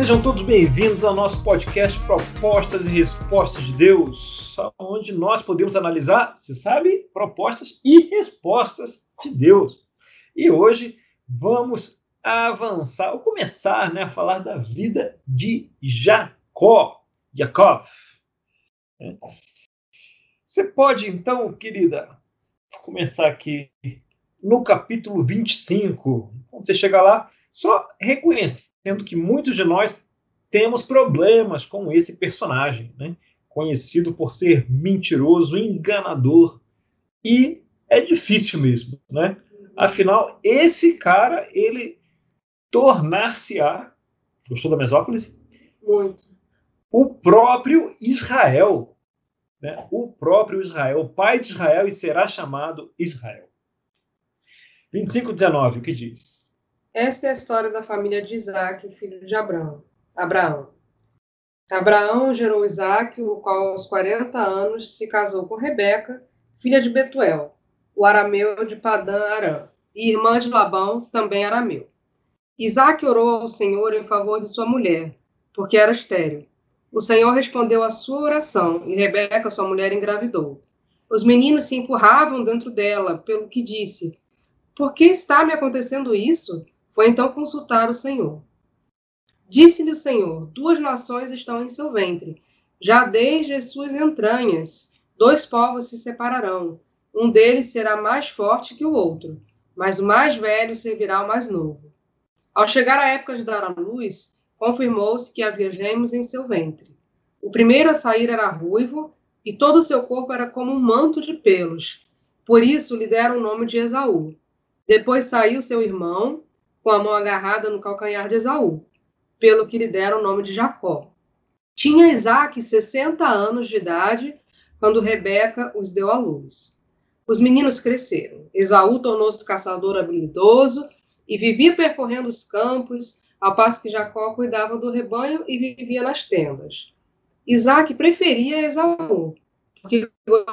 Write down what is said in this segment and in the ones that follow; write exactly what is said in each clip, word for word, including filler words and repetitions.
Sejam todos bem-vindos ao nosso podcast Propostas e Respostas de Deus, onde nós podemos analisar, você sabe, propostas e respostas de Deus. E hoje vamos avançar, ou começar, né, a falar da vida de Jacó, Jacob. Você pode, então, querida, começar aqui no capítulo vinte e cinco. Quando você chegar lá, só reconhecendo que muitos de nós temos problemas com esse personagem, né? Conhecido por ser mentiroso, enganador, e é difícil mesmo, né? Afinal, esse cara, ele tornar-se-á, gostou da Mesópolis? Muito. O próprio Israel, né? O próprio Israel, o pai de Israel, e será chamado Israel. vinte e cinco, dezenove, o que diz? Esta é a história da família de Isaac, filho de Abraão. Abraão. Abraão gerou Isaac, o qual aos quarenta anos se casou com Rebeca, filha de Betuel, o arameu de Padã Arã, e irmã de Labão, também arameu. Isaac orou ao Senhor em favor de sua mulher, porque era estéril. O Senhor respondeu à sua oração, e Rebeca, sua mulher, engravidou. Os meninos se empurravam dentro dela, pelo que disse: por que está me acontecendo isso? Foi então consultar o Senhor. Disse-lhe o Senhor: duas nações estão em seu ventre, já desde as suas entranhas. Dois povos se separarão. Um deles será mais forte que o outro, mas o mais velho servirá ao mais novo. Ao chegar a época de dar à luz, confirmou-se que havia gêmeos em seu ventre. O primeiro a sair era ruivo, e todo o seu corpo era como um manto de pelos. Por isso lhe deram o nome de Esaú. Depois saiu seu irmão, com a mão agarrada no calcanhar de Esaú, pelo que lhe deram o nome de Jacó. Tinha Isaque sessenta anos de idade, quando Rebeca os deu à luz. Os meninos cresceram. Esaú tornou-se caçador habilidoso e vivia percorrendo os campos, ao passo que Jacó cuidava do rebanho e vivia nas tendas. Isaque preferia Esaú, porque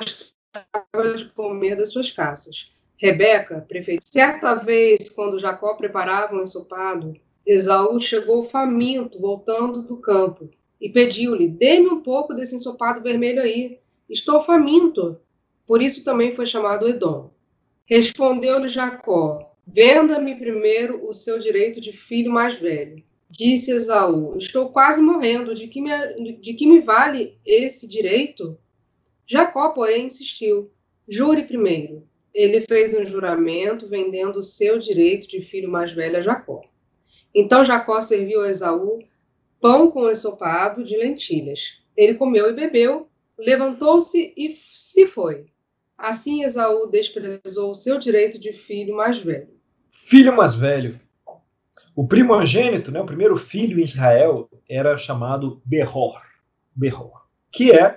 gostava de comer das suas caças. Rebeca preferia. Certa vez, quando Jacó preparava um ensopado, Esaú chegou faminto, voltando do campo, e pediu-lhe: dê-me um pouco desse ensopado vermelho aí. Estou faminto. Por isso também foi chamado Edom. Respondeu-lhe Jacó: venda-me primeiro o seu direito de filho mais velho. Disse Esaú: estou quase morrendo. De que me, de que me vale esse direito? Jacó, porém, insistiu: jure primeiro. Ele fez um juramento, vendendo o seu direito de filho mais velho a Jacó. Então Jacó serviu a Esaú pão com ensopado de lentilhas. Ele comeu e bebeu, levantou-se e se foi. Assim Esaú desprezou o seu direito de filho mais velho. Filho mais velho. O primogênito, né, o primeiro filho em Israel, era chamado Beror, Beror, que é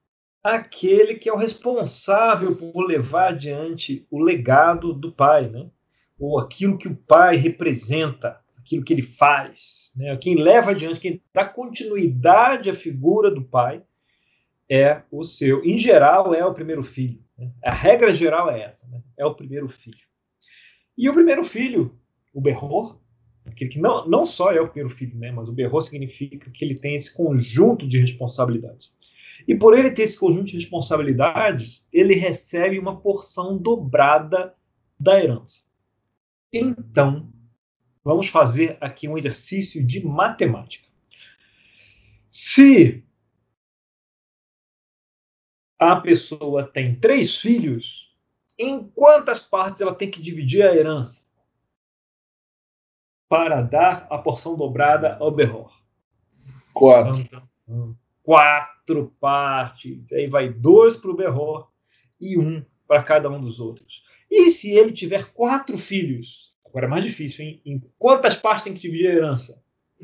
aquele que é o responsável por levar adiante o legado do pai, né? Ou aquilo que o pai representa, aquilo que ele faz, né? Quem leva adiante, quem dá continuidade à figura do pai é o seu. Em geral, é o primeiro filho. Né? A regra geral é essa, né? É o primeiro filho. E o primeiro filho, o Beror, aquele que não, não só é o primeiro filho, né? Mas o Beror significa que ele tem esse conjunto de responsabilidades. E por ele ter esse conjunto de responsabilidades, ele recebe uma porção dobrada da herança. Então, vamos fazer aqui um exercício de matemática. Se a pessoa tem três filhos, em quantas partes ela tem que dividir a herança para dar a porção dobrada ao Beror? Quatro. Quatro partes. Aí vai dois para o Beror e um para cada um dos outros. E se ele tiver quatro filhos? Agora é mais difícil, hein? Em quantas partes tem que dividir a herança?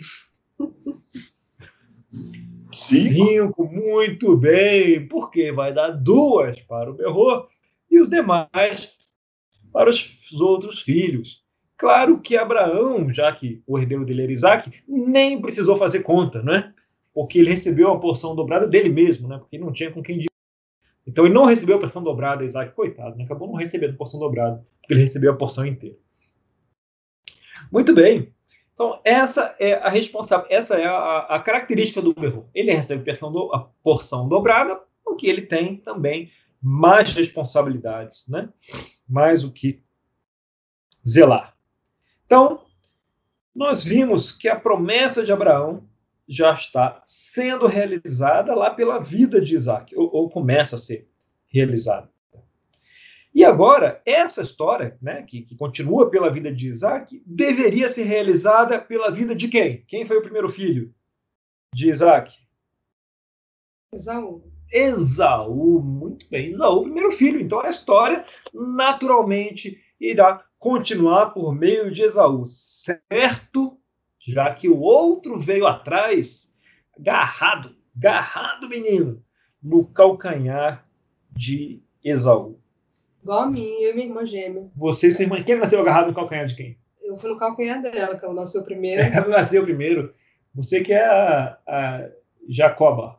Cinco. Cinco, muito bem. Porque vai dar duas para o Beror e os demais para os outros filhos. Claro que Abraão, já que o herdeiro dele era Isaac, nem precisou fazer conta, né? Porque ele recebeu a porção dobrada dele mesmo, né? Porque ele não tinha com quem dividir. Então ele não recebeu a porção dobrada, Isaac, coitado, né? Acabou não recebendo a porção dobrada, porque ele recebeu a porção inteira. Muito bem. Então Então, essa é a responsável, essa é a, a característica do Berro. Ele recebe porção do, a porção dobrada, porque ele tem também mais responsabilidades, né? Mais o que zelar. Então, nós vimos que a promessa de Abraão já está sendo realizada lá pela vida de Isaac, ou, ou começa a ser realizada. E agora, essa história, né, que, que continua pela vida de Isaac, deveria ser realizada pela vida de quem? Quem foi o primeiro filho de Isaac? Esaú. Esaú, muito bem, Esaú, o primeiro filho. Então a história naturalmente irá continuar por meio de Esaú, certo? Já que o outro veio atrás, agarrado, agarrado, menino, no calcanhar de Esaú. Igual a mim, eu e minha irmã gêmea. Você e sua irmã, quem nasceu agarrado no calcanhar de quem? Eu fui no calcanhar dela, que ela nasceu primeiro. Ela nasceu primeiro. Você que é a, a Jacoba.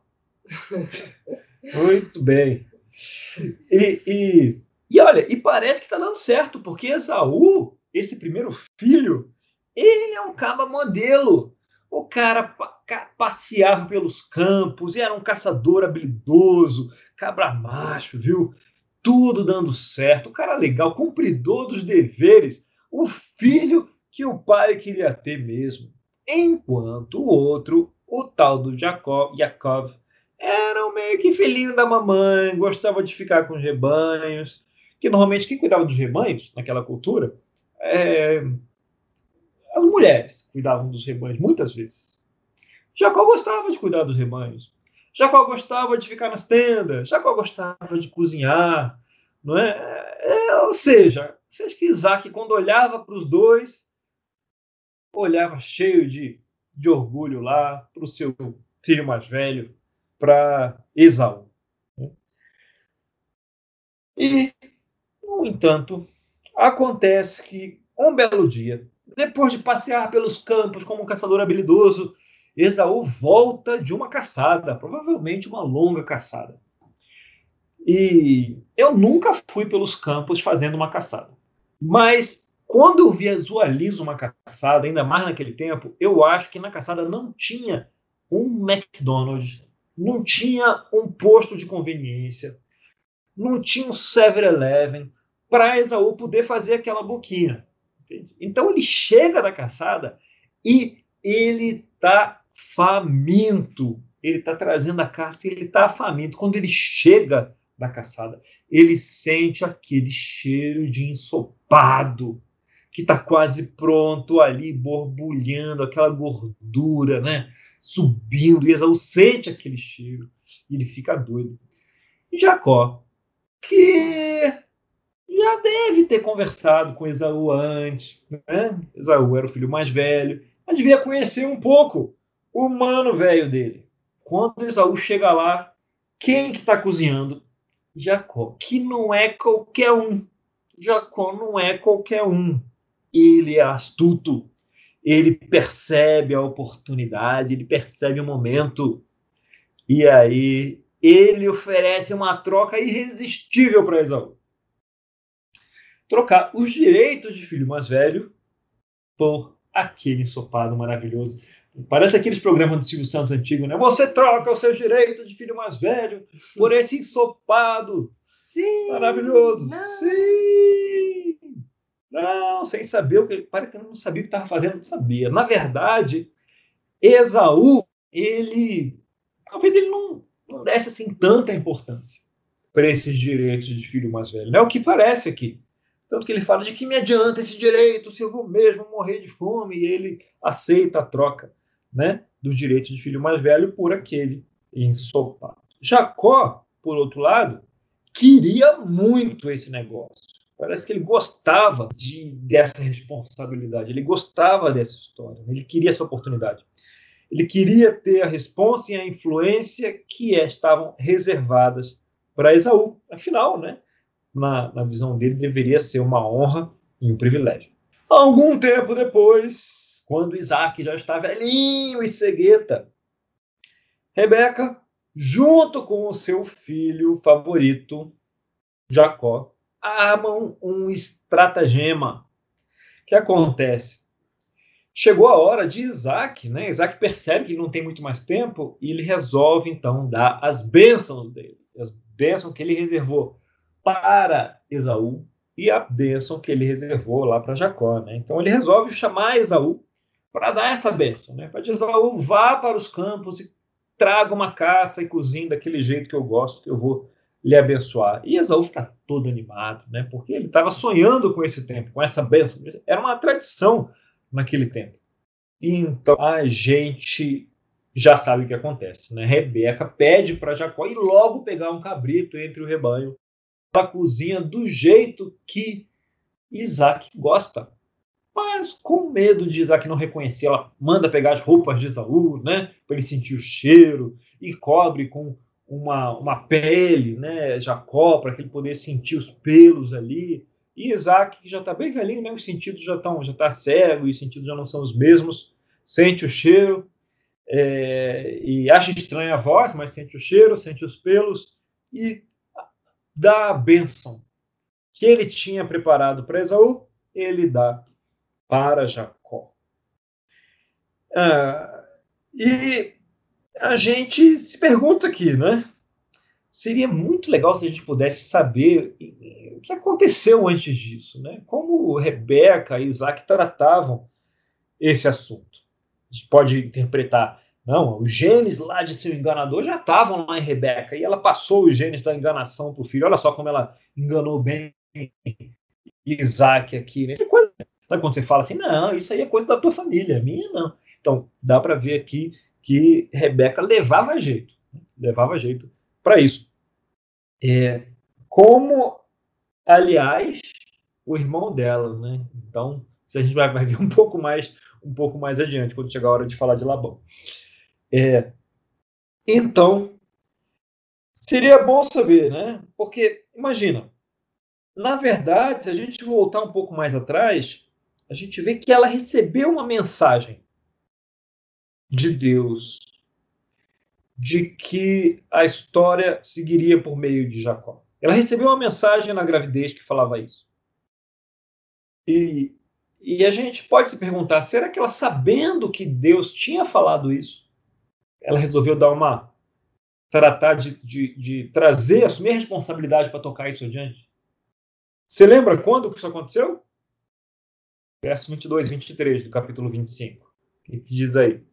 Muito bem. E, e, e olha, e parece que está dando certo, porque Esaú, esse primeiro filho, ele é um caba modelo. O cara pa, passeava pelos campos, e era um caçador habilidoso, cabra macho, viu? Tudo dando certo, o cara legal, cumpridor dos deveres, o filho que o pai queria ter mesmo. Enquanto o outro, o tal do Jacob, Jacob, era um meio que filhinho da mamãe, gostava de ficar com os rebanhos, que normalmente quem cuidava dos rebanhos naquela cultura, é, as mulheres cuidavam dos rebanhos muitas vezes. Jacó gostava de cuidar dos rebanhos. Jacó gostava de ficar nas tendas. Jacó gostava de cozinhar. Não é? É, ou seja, você acha que Isaac, quando olhava para os dois, olhava cheio de, de orgulho lá para o seu filho mais velho, para Esaú. E, no entanto, acontece que, um belo dia, depois de passear pelos campos como um caçador habilidoso, Esaú volta de uma caçada, provavelmente uma longa caçada. E eu nunca fui pelos campos fazendo uma caçada. Mas quando eu visualizo uma caçada, ainda mais naquele tempo, eu acho que na caçada não tinha um McDonald's, não tinha um posto de conveniência, não tinha um seven eleven para Esaú poder fazer aquela boquinha. Então ele chega da caçada e ele está faminto. Ele está trazendo a caça e ele está faminto. Quando ele chega da caçada, ele sente aquele cheiro de ensopado que está quase pronto ali, borbulhando, aquela gordura, né? Subindo. E Esaú sente aquele cheiro e ele fica doido. E Jacó, que já deve ter conversado com Esaú antes, né? Esaú era o filho mais velho, mas devia conhecer um pouco o mano velho dele. Quando Esaú chega lá, quem que está cozinhando? Jacó, que não é qualquer um. Jacó não é qualquer um. Ele é astuto, ele percebe a oportunidade, ele percebe o momento. E aí ele oferece uma troca irresistível para Esaú. Trocar os direitos de filho mais velho por aquele ensopado maravilhoso. Parece aqueles programas do Silvio Santos antigo, né? Você troca os seus direitos de filho mais velho por esse ensopado Sim, maravilhoso. não. Sim! Não, sem saber o que... Parece que eu não sabia o que estava fazendo, não sabia. Na verdade, Esaú, ele... Talvez ele não, não desse assim tanta importância para esses direitos de filho mais velho. Não é o que parece aqui. Tanto que ele fala de que me adianta esse direito se eu vou mesmo morrer de fome, e ele aceita a troca, né, dos direitos de filho mais velho por aquele ensopado. Jacó, por outro lado, queria muito esse negócio. Parece que ele gostava de, dessa responsabilidade, ele gostava dessa história, ele queria essa oportunidade. Ele queria ter a responsa e a influência que estavam reservadas para Esaú. Afinal, né, Na, na visão dele, deveria ser uma honra e um privilégio. Algum tempo depois, quando Isaac já está velhinho e cegueta, Rebeca, junto com o seu filho favorito, Jacó, armam um estratagema. O que acontece? chegou a hora de Isaac, né? Isaac percebe que ele não tem muito mais tempo e ele resolve, então, dar as bênçãos dele. As bênçãos que ele reservou para Esaú e a bênção que ele reservou lá para Jacó, né? Então, ele resolve chamar Esaú para dar essa bênção, né? Para dizer, Esaú, vá para os campos e traga uma caça e cozinhe daquele jeito que eu gosto, que eu vou lhe abençoar. E Esaú fica todo animado, né? Porque ele estava sonhando com esse tempo, com essa bênção. Era uma tradição naquele tempo. Então a gente já sabe o que acontece, né? Rebeca pede para Jacó ir logo pegar um cabrito entre o rebanho. Ela cozinha do jeito que Isaac gosta. Mas com medo de Isaac não reconhecer, ela manda pegar as roupas de Esaú, né? Para ele sentir o cheiro e cobre com uma, uma pele, né? Jacó, para que ele pudesse sentir os pelos ali. E Isaac, que já está bem velhinho, né? Os sentidos já estão, já está cego, e os sentidos já não são os mesmos. Sente o cheiro é, e acha estranha a voz, mas sente o cheiro, sente os pelos e dá a bênção que ele tinha preparado para Esaú, ele dá para Jacó. Ah, e a gente se pergunta aqui, né? Seria muito legal se a gente pudesse saber o que aconteceu antes disso, né? Como Rebeca e Isaac tratavam esse assunto. A gente pode interpretar, não, os genes lá de seu enganador já estavam lá em Rebeca, e ela passou os genes da enganação para o filho. Olha só como ela enganou bem Isaac aqui. Né? Coisa, sabe quando você fala assim, não, isso aí é coisa da tua família, minha não. Então, dá para ver aqui que Rebeca levava jeito, levava jeito para isso. É, como, aliás, o irmão dela, né? Então, isso a gente vai, vai ver um pouco mais um pouco mais adiante, quando chegar a hora de falar de Labão. É, então, seria bom saber, né? Porque, imagina, na verdade, se a gente voltar um pouco mais atrás, a gente vê que ela recebeu uma mensagem de Deus de que a história seguiria por meio de Jacó. Ela recebeu uma mensagem na gravidez que falava isso. E, e a gente pode se perguntar, será que ela, sabendo que Deus tinha falado isso, ela resolveu dar uma tratar de, de, de trazer, assumir a responsabilidade para tocar isso adiante? Você lembra quando que isso aconteceu? Verso vinte e dois, vinte e três do capítulo vinte e cinco. O que, que diz aí?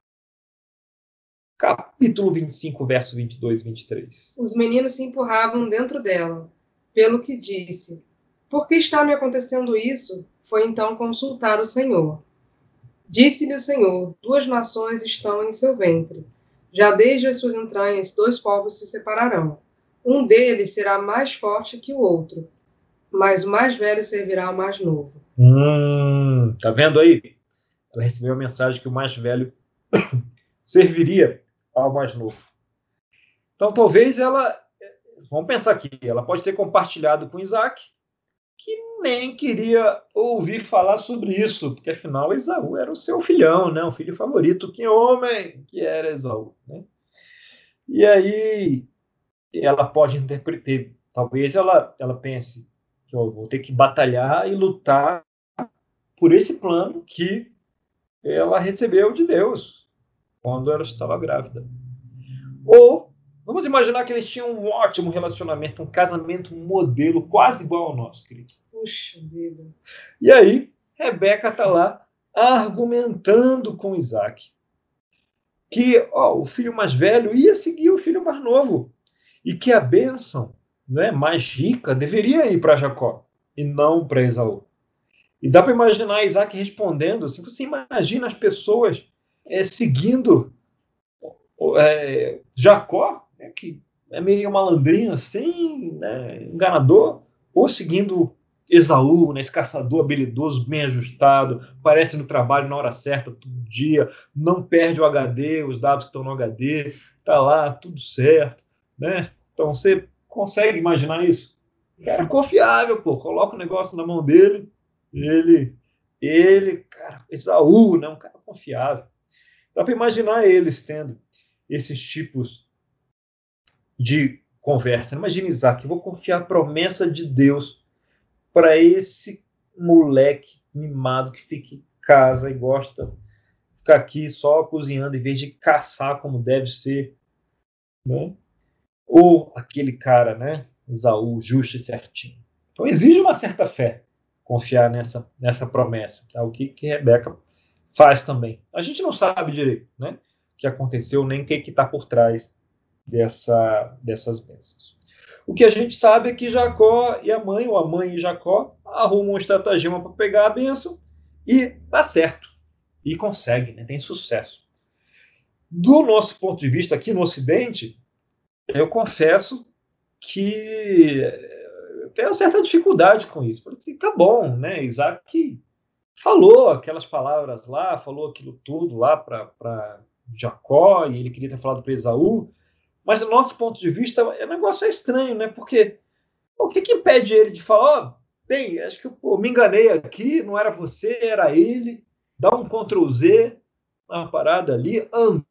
Capítulo vinte e cinco, verso vinte e dois, vinte e três. Os meninos se empurravam dentro dela, pelo que disse: por que está me acontecendo isso? Foi então consultar o Senhor. Disse-lhe o Senhor: duas nações estão em seu ventre. Já desde as suas entranhas, dois povos se separarão. Um deles será mais forte que o outro, mas o mais velho servirá ao mais novo. Hum, tá vendo aí? Ela recebeu a mensagem que o mais velho serviria ao mais novo. Então, talvez ela, vamos pensar aqui, ela pode ter compartilhado com Isaac, que nem queria ouvir falar sobre isso, porque afinal Esaú era o seu filhão, né? O filho favorito, que homem que era Esaú, né? E aí ela pode interpretar, talvez ela, ela pense que eu vou ter que batalhar e lutar por esse plano que ela recebeu de Deus quando ela estava grávida. Ou vamos imaginar que eles tinham um ótimo relacionamento, um casamento modelo quase igual ao nosso, querido. Puxa vida. E aí Rebeca está lá argumentando com Isaac que ó, o filho mais velho ia seguir o filho mais novo e que a bênção, né, mais rica deveria ir para Jacó e não para Esaú. E dá para imaginar Isaac respondendo assim, você imagina as pessoas é, seguindo é, Jacó, né, que é meio malandrinho assim, né, enganador, ou seguindo Esaú, né, esse caçador habilidoso, bem ajustado, aparece no trabalho na hora certa, todo dia, não perde o H D, os dados que estão no H D, tá lá, tudo certo, né? Então você consegue imaginar isso? Cara confiável, pô, coloca o negócio na mão dele, ele, ele, cara, Esaú, né, um cara confiável. Dá para imaginar eles tendo esses tipos de conversa. Imagina Isaac, eu vou confiar a promessa de Deus para esse moleque mimado que fique casa e gosta de ficar aqui só cozinhando em vez de caçar como deve ser, né? Ou aquele cara, né, Esaú, justo e certinho. Então exige uma certa fé confiar nessa, nessa promessa, que é o que, que Rebeca faz também. A gente não sabe direito, né, o que aconteceu, nem o que está por trás dessa, dessas bênçãos. O que a gente sabe é que Jacó e a mãe, ou a mãe e Jacó, arrumam um estratagema para pegar a bênção e dá certo. E consegue, né, tem sucesso. Do nosso ponto de vista aqui no Ocidente, eu confesso que eu tenho uma certa dificuldade com isso. Porque assim, tá bom, né? Isaac falou aquelas palavras lá, falou aquilo tudo lá para Jacó, e ele queria ter falado para Esaú, mas do nosso ponto de vista, o negócio é estranho, né? Porque o que, que impede ele de falar, ó, bem, acho que eu me enganei aqui, não era você, era ele, dá um control Z, uma parada ali, ando,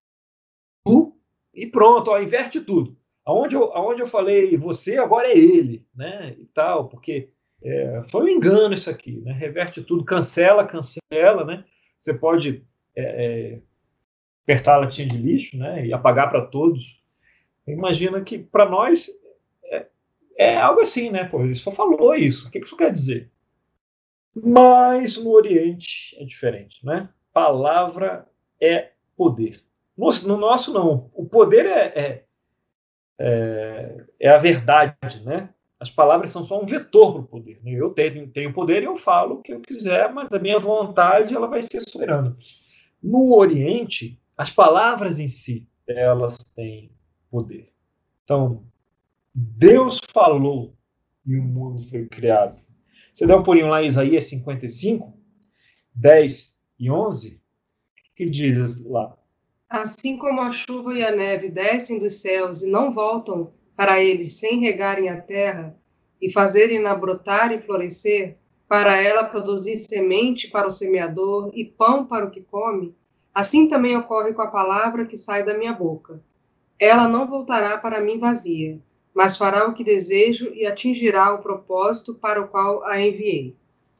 e pronto, ó, inverte tudo. Aonde eu, aonde eu falei você, agora é ele, né? E tal, porque é, foi um engano isso aqui, né? Reverte tudo, cancela, cancela, né? Você pode é, é, apertar a latinha de lixo, né? E apagar para todos. Imagina que para nós é, é algo assim, né? Pô, ele só falou isso. O que isso quer dizer? Mas no Oriente é diferente, né? Palavra é poder. No, no nosso não. O poder é, é É, é a verdade, né? As palavras são só um vetor para o poder. Né? Eu tenho, tenho poder e eu falo o que eu quiser, mas a minha vontade ela vai ser soberana. No Oriente, as palavras em si, elas têm poder. Então, Deus falou e o mundo foi criado. Você dá um pulinho lá em Isaías cinquenta e cinco, dez e onze, que diz lá: Assim como a chuva e a neve descem dos céus e não voltam para eles sem regarem a terra e fazerem-na brotar e florescer, para ela produzir semente para o semeador e pão para o que come, assim também ocorre com a palavra que sai da minha boca. Ela não voltará para mim vazia, mas fará o que desejo e atingirá o propósito para o qual a enviei.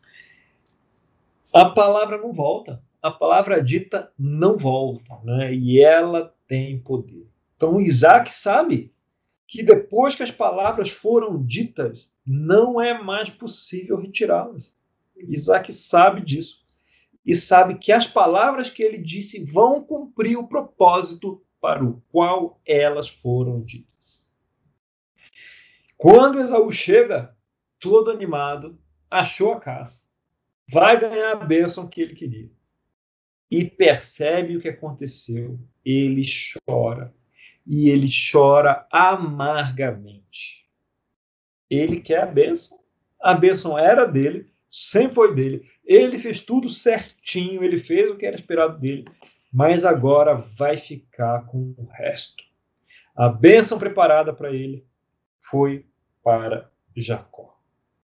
A palavra não volta. A palavra dita não volta, né? E ela tem poder. Então Isaac sabe que depois que as palavras foram ditas, não é mais possível retirá-las. Isaac sabe disso. E sabe que as palavras que ele disse vão cumprir o propósito para o qual elas foram ditas. Quando Esaú chega, todo animado, achou a caça, vai ganhar a bênção que ele queria. E percebe o que aconteceu. Ele chora. E ele chora amargamente. Ele quer a bênção. A bênção era dele, sempre foi dele. Ele fez tudo certinho, ele fez o que era esperado dele. Mas agora vai ficar com o resto. A bênção preparada para ele foi para Jacó.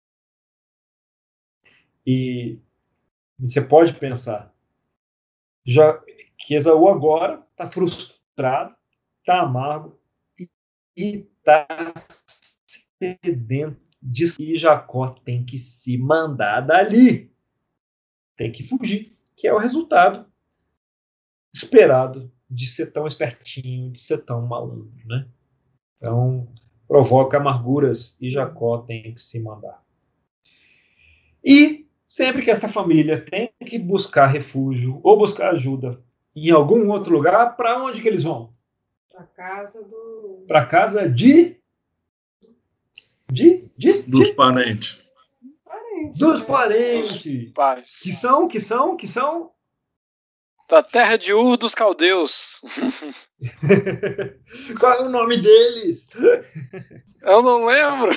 E você pode pensar, já que Esaú agora está frustrado, está amargo e está sedento de que Jacó tem que se mandar dali, tem que fugir, que é o resultado esperado de ser tão espertinho, de ser tão malandro, né? Então provoca amarguras e Jacó tem que se mandar. E sempre que essa família tem que buscar refúgio ou buscar ajuda em algum outro lugar, para onde que eles vão? Para casa do. Para casa de... De, de, Dos de... parentes. Parente, Dos né? parentes. Pais. Que são, que são, que são... Da terra de Ur dos Caldeus. Qual é o nome deles? Eu não lembro.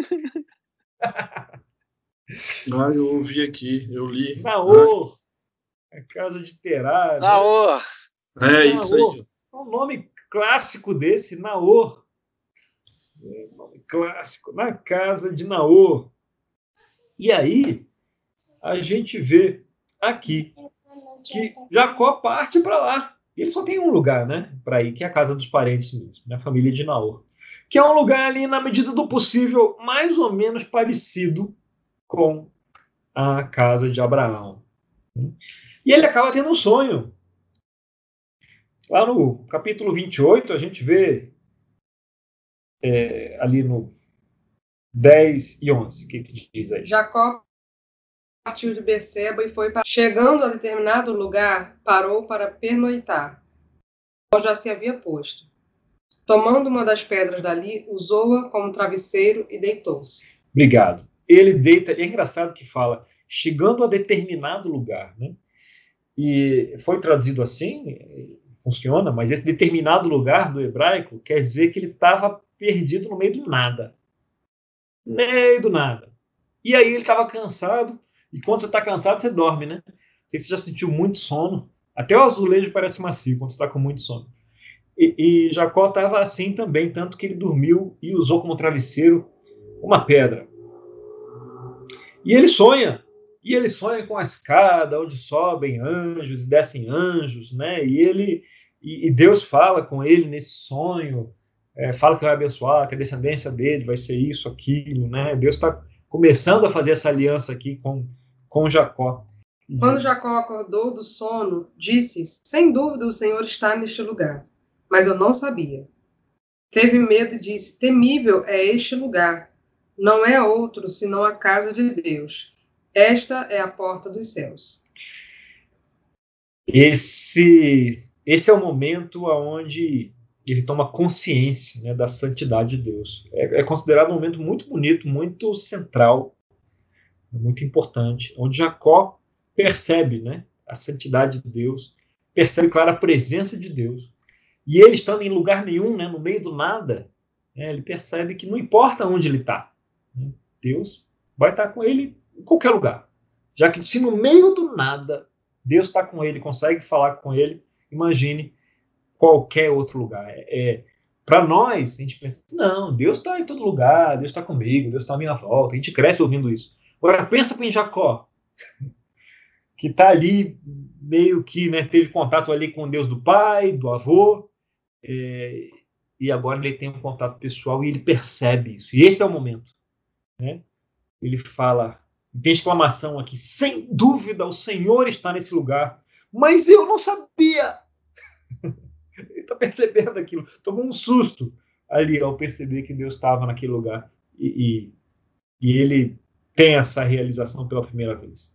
Ah, eu ouvi aqui, eu li. Naor. A casa de Terá. Naor. É isso aí. É um nome clássico desse, Naor. É um nome clássico, na casa de Naor. E aí, a gente vê aqui que Jacó parte para lá. Ele só tem um lugar, né, para ir, que é a casa dos parentes mesmo, né, a família de Naor. Que é um lugar ali, na medida do possível, mais ou menos parecido com a casa de Abraão. E ele acaba tendo um sonho. Lá no capítulo vinte e oito, a gente vê é, ali no dez e onze, o que, que diz aí? Jacó partiu de Berseba e foi para... Chegando a determinado lugar, parou para pernoitar, onde já se havia posto. Tomando uma das pedras dali, usou-a como travesseiro e deitou-se. Obrigado. Ele deita, é engraçado que fala, chegando a determinado lugar, né? E foi traduzido assim, funciona, mas esse determinado lugar do hebraico quer dizer que ele estava perdido no meio do nada. No meio do nada. E aí ele estava cansado, e quando você está cansado, você dorme, né? Não sei se você já sentiu muito sono. Até o azulejo parece macio quando você está com muito sono. E, e Jacó estava assim também, tanto que ele dormiu e usou como travesseiro uma pedra. E ele sonha. E ele sonha com a escada onde sobem anjos e descem anjos, né? E ele e, e Deus fala com ele nesse sonho, é, fala que vai abençoar, que a descendência dele vai ser isso, aquilo, né? Deus está começando a fazer essa aliança aqui com, com Jacó. Quando Jacó acordou do sono, disse: sem dúvida o Senhor está neste lugar, mas eu não sabia. Teve medo e disse: temível é este lugar, não é outro senão a casa de Deus. Esta é a porta dos céus. Esse, esse é o momento onde ele toma consciência, né, da santidade de Deus. É, é considerado um momento muito bonito, muito central, muito importante, onde Jacó percebe, né, a santidade de Deus, percebe, claro, a presença de Deus. E ele estando em lugar nenhum, né, no meio do nada, né, ele percebe que não importa onde ele está, né, Deus vai estar com ele em qualquer lugar. Já que se no meio do nada Deus está com ele, consegue falar com ele, imagine qualquer outro lugar. É, é, Para nós, a gente pensa, não, Deus está em todo lugar, Deus está comigo, Deus está à minha volta. A gente cresce ouvindo isso. Agora, pensa em Jacó, que está ali, meio que, né, teve contato ali com o Deus do pai, do avô, é, e agora ele tem um contato pessoal e ele percebe isso. E esse é o momento, né? Ele fala, tem exclamação aqui, sem dúvida o Senhor está nesse lugar, mas eu não sabia. Ele está percebendo aquilo, tomou um susto ali ao perceber que Deus estava naquele lugar. E, e, e ele tem essa realização pela primeira vez.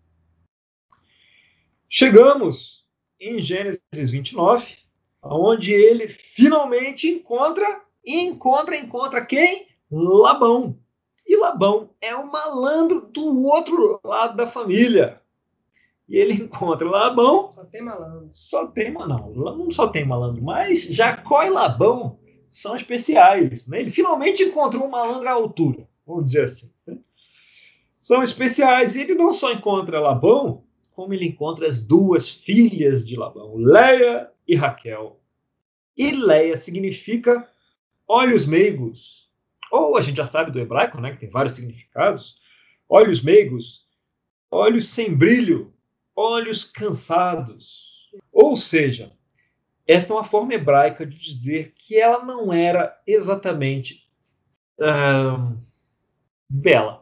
Chegamos em Gênesis vinte e nove, onde ele finalmente encontra, encontra, encontra quem? Labão. E Labão é o malandro do outro lado da família. E ele encontra Labão. Só tem malandro. Só tem, não, não só tem malandro, mas Jacó e Labão são especiais. Né? Ele finalmente encontrou um malandro à altura, vamos dizer assim. Né? São especiais. E ele não só encontra Labão, como ele encontra as duas filhas de Labão, Leia e Raquel. E Leia significa olhos meigos. Ou a gente já sabe do hebraico, né, que tem vários significados. Olhos meigos, olhos sem brilho, olhos cansados. Ou seja, essa é uma forma hebraica de dizer que ela não era exatamente hum, bela.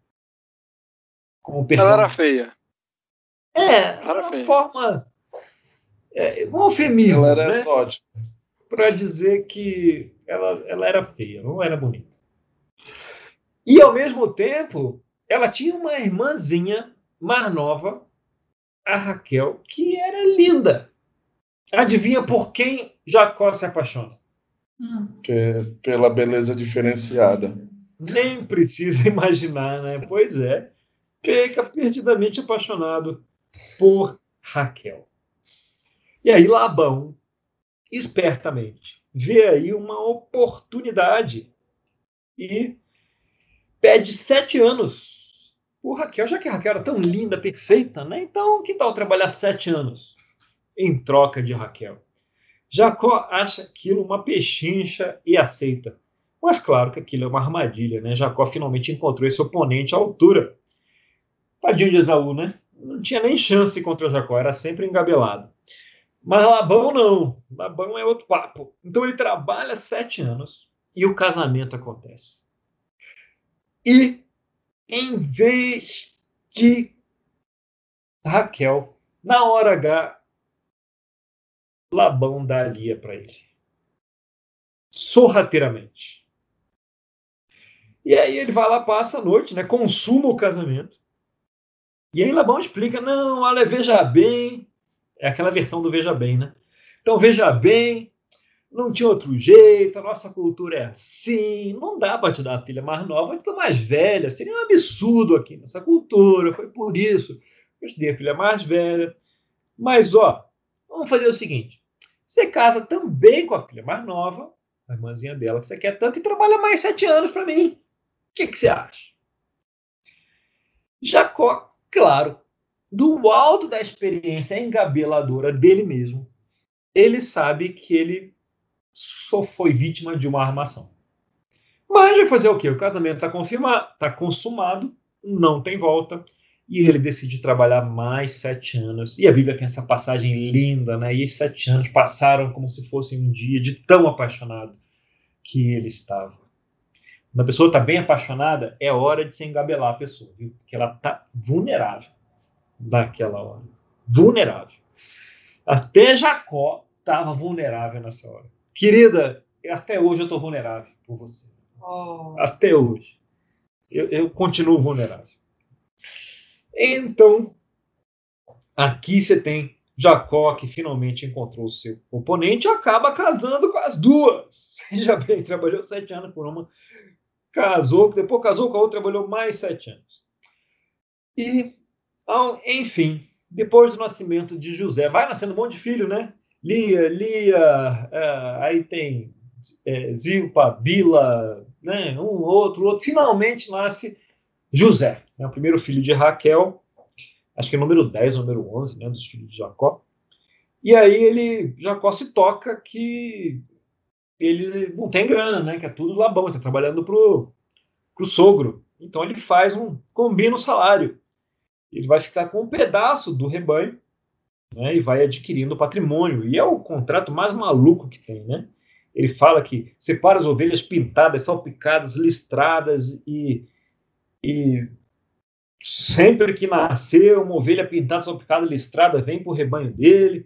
Com ela era feia. É, era uma feia. Forma... É, um eufemismo, ela era né? exótica. Para dizer que ela, ela era feia, não era bonita. E, ao mesmo tempo, ela tinha uma irmãzinha mais nova, a Raquel, que era linda. Adivinha por quem Jacó se apaixona? Pela beleza diferenciada. Nem precisa imaginar, né? Pois é. Fica perdidamente apaixonado por Raquel. E aí Labão, espertamente, vê aí uma oportunidade e pede sete anos por Raquel, já que a Raquel era tão linda, perfeita, né? Então, que tal trabalhar sete anos em troca de Raquel? Jacó acha aquilo uma pechincha e aceita. Mas claro que aquilo é uma armadilha, né? Jacó finalmente encontrou esse oponente à altura. Tadinho de Esaú, né? Não tinha nem chance contra Jacó, era sempre engabelado. Mas Labão não. Labão é outro papo. Então ele trabalha sete anos e o casamento acontece. E em vez de Raquel Na hora H, Labão dá a Lia para ele. Sorrateiramente. E aí ele vai lá, passa a noite, né, consuma o casamento. E aí Labão explica, não, olha, veja bem, é aquela versão do veja bem, né? Então, veja bem, não tinha outro jeito, a nossa cultura é assim, não dá para te dar a filha mais nova, então mais velha, seria um absurdo aqui nessa cultura, foi por isso que eu te dei a filha mais velha. Mas, ó, vamos fazer o seguinte, você casa também com a filha mais nova, a irmãzinha dela que você quer tanto, e trabalha mais sete anos para mim. O que, que você acha? Jacó, claro, do alto da experiência engabeladora dele mesmo, ele sabe que ele só foi vítima de uma armação. Mas vai fazer o quê? O casamento está confirmado, está consumado, não tem volta, e ele decide trabalhar mais sete anos. E a Bíblia tem essa passagem linda, né? E esses sete anos passaram como se fosse um dia, de tão apaixonado que ele estava. Quando a pessoa está bem apaixonada, é hora de se engabelar a pessoa, viu? Porque ela está vulnerável naquela hora. Vulnerável. Até Jacó estava vulnerável nessa hora. Querida, até hoje eu estou vulnerável por você. Oh. Até hoje. Eu, eu continuo vulnerável. Então, aqui você tem Jacó, que finalmente encontrou o seu oponente, e acaba casando com as duas. Já bem, trabalhou sete anos por uma, casou, depois casou com a outra, trabalhou mais sete anos. E, enfim, depois do nascimento de José, vai nascendo um monte de filho, né? Lia, Lia, é, aí tem é, Zilpa, Bila, né? um, outro, outro. Finalmente nasce José, né? O primeiro filho de Raquel, acho que é número dez, número onze, né? Dos filhos de Jacó. E aí ele, Jacó se toca que ele não tem grana, né? Que é tudo Labão, está trabalhando pro, pro sogro. Então ele faz um, combina o salário. Ele vai ficar com um pedaço do rebanho, né, e vai adquirindo patrimônio. E é o contrato mais maluco que tem, né? Ele fala que separa as ovelhas pintadas, salpicadas, listradas e, e sempre que nascer uma ovelha pintada, salpicada, listrada, vem para o rebanho dele.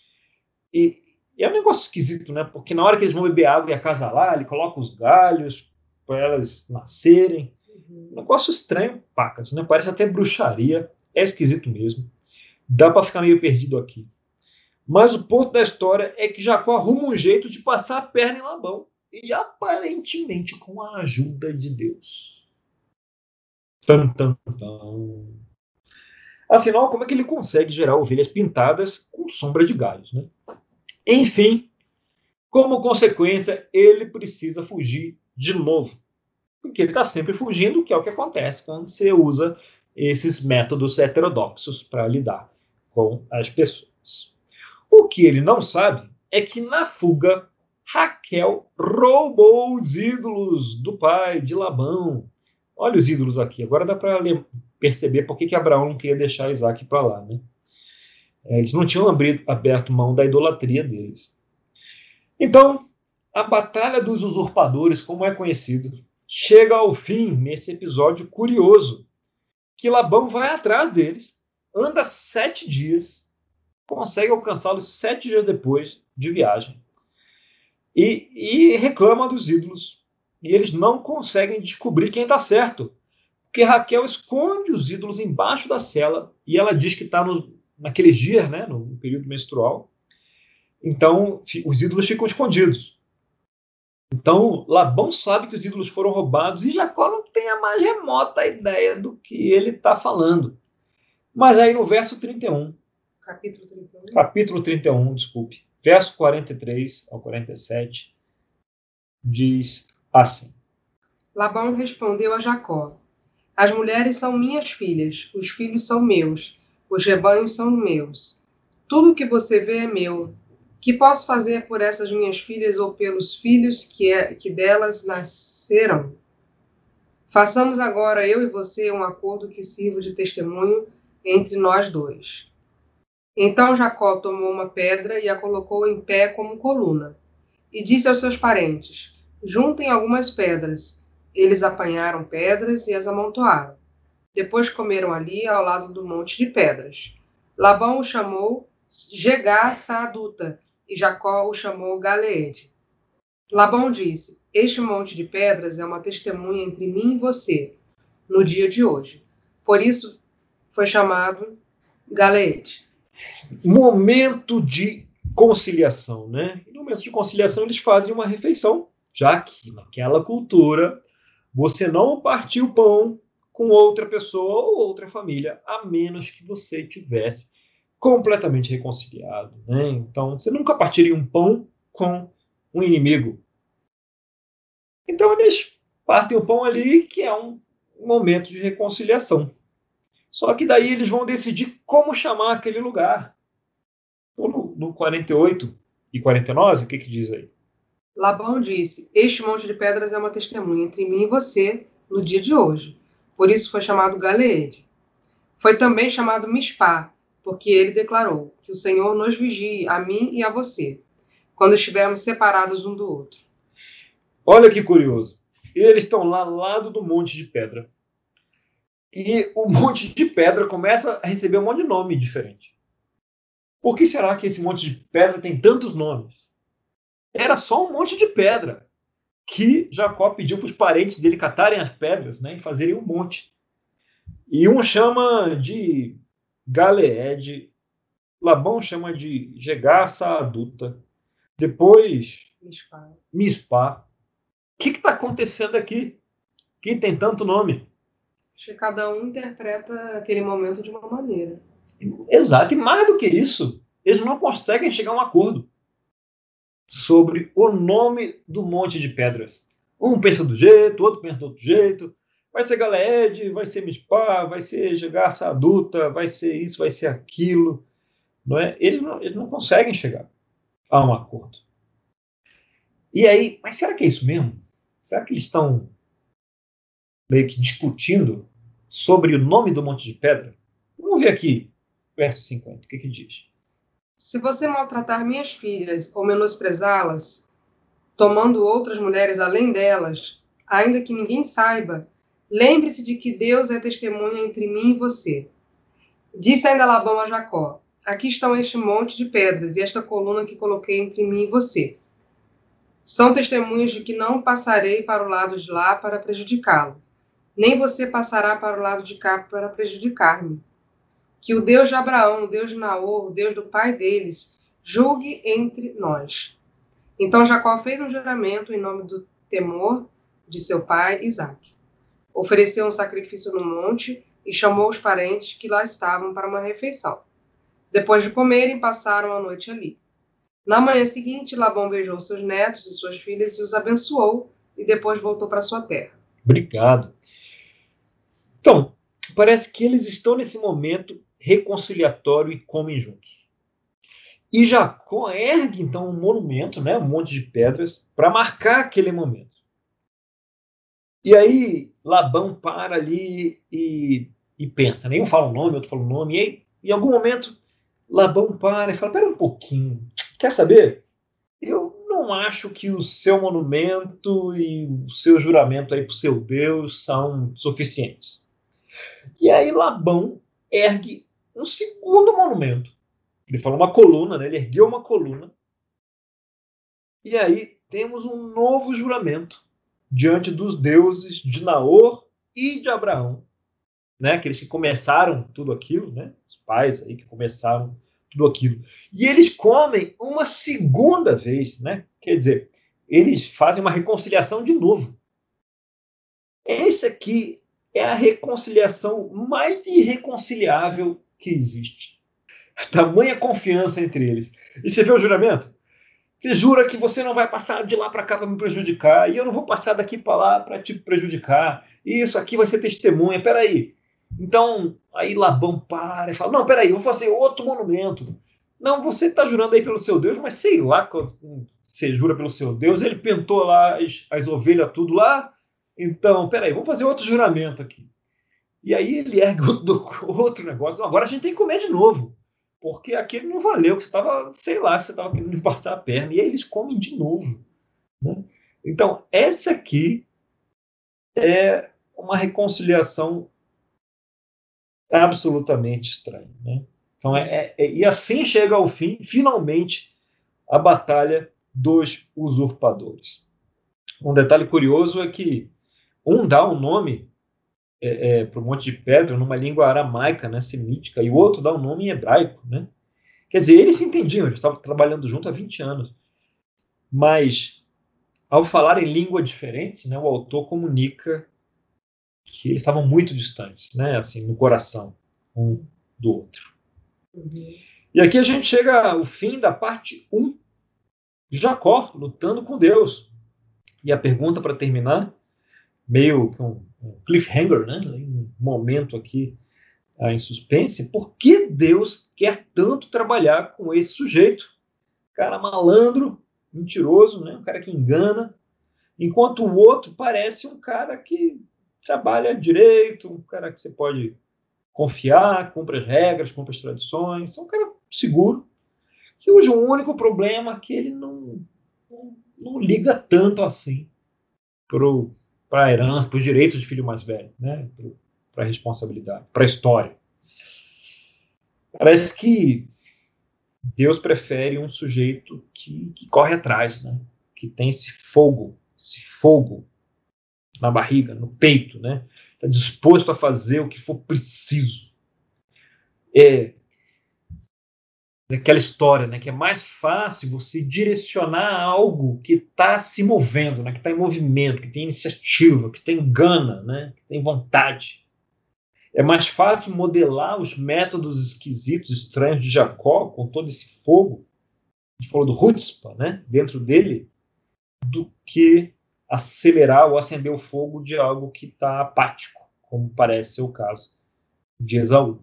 E, e é um negócio esquisito, né? Porque na hora que eles vão beber água e acasalar, ele coloca os galhos para elas nascerem. Um negócio estranho, pacas, né? Parece até bruxaria. É esquisito mesmo. Dá para ficar meio perdido aqui. Mas o ponto da história é que Jacó arruma um jeito de passar a perna em Labão. E aparentemente com a ajuda de Deus. Tum, tum, tum. Afinal, como é que ele consegue gerar ovelhas pintadas com sombra de galhos, né? Enfim, como consequência, ele precisa fugir de novo. Porque ele está sempre fugindo, que é o que acontece quando você usa esses métodos heterodoxos para lidar com as pessoas. O que ele não sabe é que na fuga, Raquel roubou os ídolos do pai de Labão. Olha os ídolos aqui. Agora dá para perceber por que, que Abraão não queria deixar Isaac para lá, né? Eles não tinham aberto mão da idolatria deles. Então, a Batalha dos Usurpadores, como é conhecido, chega ao fim nesse episódio curioso, que Labão vai atrás deles, anda sete dias, consegue alcançá-los sete dias depois de viagem, e, e reclama dos ídolos. E eles não conseguem descobrir quem está certo, porque Raquel esconde os ídolos embaixo da cela, e ela diz que está naqueles dias, né, no período menstrual. Então, os ídolos ficam escondidos. Então, Labão sabe que os ídolos foram roubados e Jacó não tem a mais remota ideia do que ele está falando. Mas aí no verso trinta e um, Capítulo trinta e um. Capítulo trinta e um, desculpe. Verso quarenta e três ao quarenta e sete, diz assim. Labão respondeu a Jacó: As mulheres são minhas filhas, os filhos são meus, os rebanhos são meus. Tudo que você vê é meu. Que posso fazer por essas minhas filhas ou pelos filhos que, é, que delas nasceram? Façamos agora, eu e você, um acordo que sirva de testemunho entre nós dois. Então Jacó tomou uma pedra e a colocou em pé como coluna, e disse aos seus parentes: Juntem algumas pedras. Eles apanharam pedras e as amontoaram. Depois comeram ali ao lado do monte de pedras. Labão o chamou Jegar Saaduta, e Jacó o chamou Galeede. Labão disse: Este monte de pedras é uma testemunha entre mim e você, no dia de hoje. Por isso foi chamado Galeede. Momento de conciliação, né? No momento de conciliação eles fazem uma refeição, já que naquela cultura você não partia o pão com outra pessoa ou outra família, a menos que você tivesse completamente reconciliado, né? Então você nunca partiria um pão com um inimigo. Então eles partem o pão ali, que é um momento de reconciliação. Só que daí eles vão decidir como chamar aquele lugar. No, no quarenta e oito e quarenta e nove, o que que diz aí? Labão disse: Este monte de pedras é uma testemunha entre mim e você no dia de hoje. Por isso foi chamado Galeede. Foi também chamado Mispá, porque ele declarou: Que o Senhor nos vigie, a mim e a você, quando estivermos separados um do outro. Olha que curioso. Eles estão lá ao lado do monte de pedra. E o monte de pedra começa a receber um monte de nome diferente. Por que será que esse monte de pedra tem tantos nomes? Era só um monte de pedra que Jacó pediu para os parentes dele catarem as pedras, né, e fazerem um monte. E um chama de Galeede, Labão chama de Jegar Saaduta, depois Mispá. Mispá. O que está acontecendo aqui? Que tem tanto nome? Acho que cada um interpreta aquele momento de uma maneira. Exato, e mais do que isso, eles não conseguem chegar a um acordo sobre o nome do monte de pedras. Um pensa do jeito, outro pensa do outro jeito. Vai ser Galeede, vai ser Mispá, vai ser Jegar Saaduta, vai ser isso, vai ser aquilo. Não é? Eles, não, eles não conseguem chegar a um acordo. E aí, mas será que é isso mesmo? Será que eles estão meio que discutindo sobre o nome do monte de pedra? Vamos ver aqui, verso cinquenta, o que que diz? Se você maltratar minhas filhas ou menosprezá-las, tomando outras mulheres além delas, ainda que ninguém saiba, lembre-se de que Deus é testemunha entre mim e você. Disse ainda Labão a Jacó: Aqui estão este monte de pedras e esta coluna que coloquei entre mim e você. São testemunhas de que não passarei para o lado de lá para prejudicá-lo, nem você passará para o lado de cá para prejudicar-me. Que o Deus de Abraão, o Deus de Naor, o Deus do pai deles, julgue entre nós. Então Jacó fez um juramento em nome do temor de seu pai Isaque. Ofereceu um sacrifício no monte e chamou os parentes que lá estavam para uma refeição. Depois de comerem, passaram a noite ali. Na manhã seguinte, Labão beijou seus netos e suas filhas e os abençoou, e depois voltou para sua terra. Obrigado. Então, parece que eles estão nesse momento reconciliatório e comem juntos. E Jacó ergue, então, um monumento, né, um monte de pedras, para marcar aquele momento. E aí, Labão para ali e, e pensa, né? Um fala um nome, outro fala um nome, e aí, em algum momento, Labão para e fala, pera um pouquinho, quer saber? Eu não acho que o seu monumento e o seu juramento aí para o seu Deus são suficientes. E aí Labão ergue um segundo monumento. Ele fala uma coluna, né? Ele ergueu uma coluna. E aí temos um novo juramento diante dos deuses de Naor e de Abraão, né? Aqueles que começaram tudo aquilo, né? Os pais aí que começaram tudo aquilo. E eles comem uma segunda vez, né? Quer dizer, eles fazem uma reconciliação de novo. Esse aqui é a reconciliação mais irreconciliável que existe. Tamanha confiança entre eles. E você vê o juramento? Você jura que você não vai passar de lá para cá para me prejudicar, e eu não vou passar daqui para lá para te prejudicar. E isso aqui vai ser testemunha. Peraí. Então, aí Labão para e fala, não, peraí, eu vou fazer outro monumento. Não, você está jurando aí pelo seu Deus, mas sei lá quando você jura pelo seu Deus, ele pintou lá as, as ovelhas tudo lá. Então, peraí, vamos fazer outro juramento aqui. E aí ele ergue outro negócio. Agora a gente tem que comer de novo. Porque aquele não valeu, que você estava, sei lá, você estava querendo passar a perna. E aí eles comem de novo. Né? Então, essa aqui é uma reconciliação absolutamente estranha. Né? Então, é, é, e assim chega ao fim, finalmente, a batalha dos usurpadores. Um detalhe curioso é que um dá um nome é, é, para o Monte de Pedra numa língua aramaica, né, semítica, e o outro dá um nome em hebraico. Né? Quer dizer, eles se entendiam, eles estavam trabalhando junto há vinte anos. Mas, ao falar em línguas diferentes, né, o autor comunica que eles estavam muito distantes, né, assim, no coração um do outro. Uhum. E aqui a gente chega ao fim da parte um de Jacó lutando com Deus. E a pergunta para terminar, meio que um, um cliffhanger, né, um momento aqui ah, em suspense, por que Deus quer tanto trabalhar com esse sujeito? Cara malandro, mentiroso, né, um cara que engana, enquanto o outro parece um cara que trabalha direito, um cara que você pode confiar, cumpre as regras, cumpre as tradições, é um cara seguro, que hoje o único problema é que ele não, não, não liga tanto assim para a herança, para os direitos de filho mais velho, né? Para a responsabilidade, para a história. Parece que Deus prefere um sujeito que, que corre atrás, né? Que tem esse fogo, esse fogo na barriga, no peito, né? Está disposto a fazer o que for preciso. É aquela história, né, que é mais fácil você direcionar algo que está se movendo, né, que está em movimento, que tem iniciativa, que tem gana, né, que tem vontade. É mais fácil modelar os métodos esquisitos, estranhos de Jacó, com todo esse fogo, a gente falou do Hutzpah, né, dentro dele, do que acelerar ou acender o fogo de algo que está apático, como parece ser o caso de Esaú.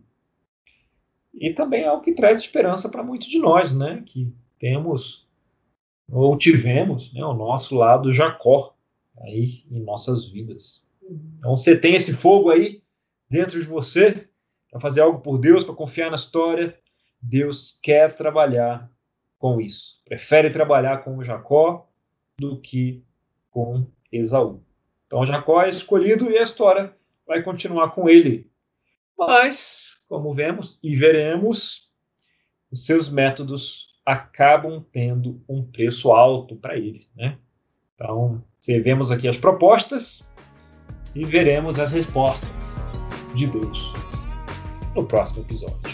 E também é algo que traz esperança para muitos de nós, né? Que temos, ou tivemos, né, o nosso lado Jacó aí em nossas vidas. Então você tem esse fogo aí dentro de você para fazer algo por Deus, para confiar na história. Deus quer trabalhar com isso. Prefere trabalhar com o Jacó do que com Esaú. Então Jacó é escolhido e a história vai continuar com ele. Mas, como vemos e veremos, os seus métodos acabam tendo um preço alto para ele, né? Então, vemos aqui as propostas e veremos as respostas de Deus no próximo episódio.